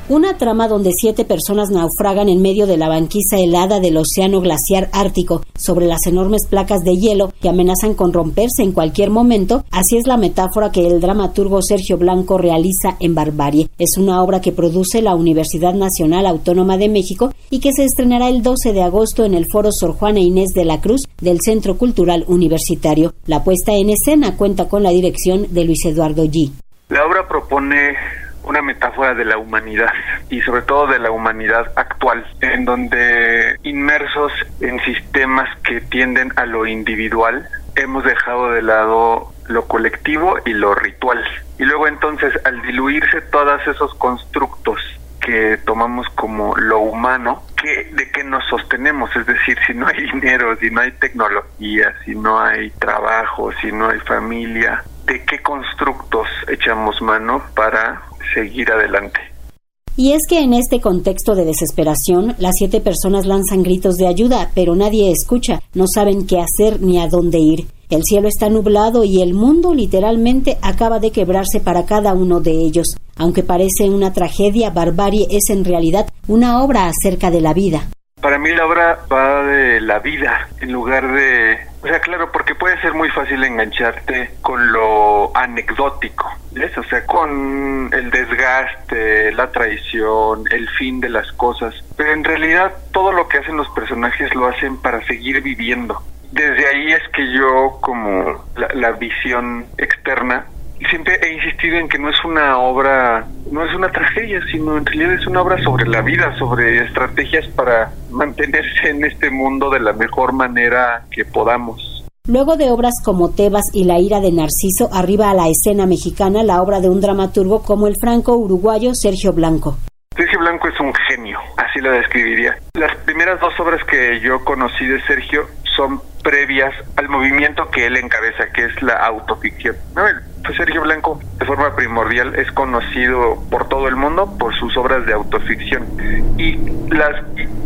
Una trama donde 7 personas naufragan en medio de la banquisa helada del océano glaciar ártico, sobre las enormes placas de hielo que amenazan con romperse en cualquier momento. Así es la metáfora que el dramaturgo Sergio Blanco realiza en Barbarie. Es una obra que produce la Universidad Nacional Autónoma de México y que se estrenará el 12 de agosto en el Foro Sor Juana Inés de la Cruz del Centro Cultural Universitario. La puesta en escena cuenta con la dirección de Luis Eduardo G. La obra propone una metáfora de la humanidad y sobre todo de la humanidad actual, en donde inmersos en sistemas que tienden a lo individual, hemos dejado de lado lo colectivo y lo ritual. Y luego entonces, al diluirse todos esos constructos que tomamos como lo humano, ¿de qué nos sostenemos? Es decir, si no hay dinero, si no hay tecnología, si no hay trabajo, si no hay familia, ¿de qué constructos echamos mano para seguir adelante? Y es que en este contexto de desesperación, las 7 personas lanzan gritos de ayuda, pero nadie escucha, no saben qué hacer ni a dónde ir. El cielo está nublado y el mundo literalmente acaba de quebrarse para cada uno de ellos. Aunque parece una tragedia, Barbarie es en realidad una obra acerca de la vida. Para mí la obra va de la vida, en lugar de... O sea, claro, porque puede ser muy fácil engancharte con lo anecdótico, ¿ves? O sea, con el desgaste, la traición, el fin de las cosas. Pero en realidad todo lo que hacen los personajes lo hacen para seguir viviendo. Desde ahí es que yo, como la visión externa, siempre he insistido en que no es una obra, no es una tragedia, sino en realidad es una obra sobre la vida, sobre estrategias para mantenerse en este mundo de la mejor manera que podamos. Luego de obras como Tebas y La ira de Narciso, arriba a la escena mexicana la obra de un dramaturgo como el franco-uruguayo Sergio Blanco. Sergio Blanco es un genio, así lo describiría. Las primeras 2 obras que yo conocí de Sergio son previas al movimiento que él encabeza, que es la autoficción. Sergio Blanco, de forma primordial, es conocido por todo el mundo por sus obras de autoficción. Y las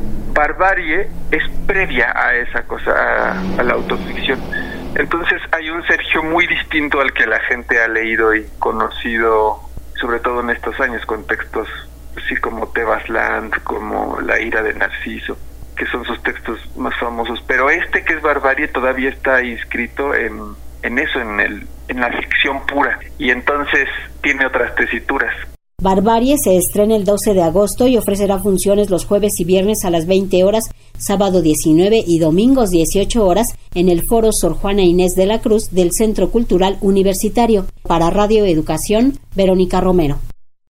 Barbarie es previa a esa cosa, a la autoficción. Entonces hay un Sergio muy distinto al que la gente ha leído y conocido, sobre todo en estos años, con textos así como Tebas Land, como La ira de Narciso, que son sus textos más famosos. Pero este, que es Barbarie, todavía está inscrito en eso, en la ficción pura, y entonces tiene otras tesituras. Barbarie se estrena el 12 de agosto y ofrecerá funciones los jueves y viernes a las 20 horas, sábado 19 y domingos 18 horas en el Foro Sor Juana Inés de la Cruz del Centro Cultural Universitario. Para Radio Educación, Verónica Romero.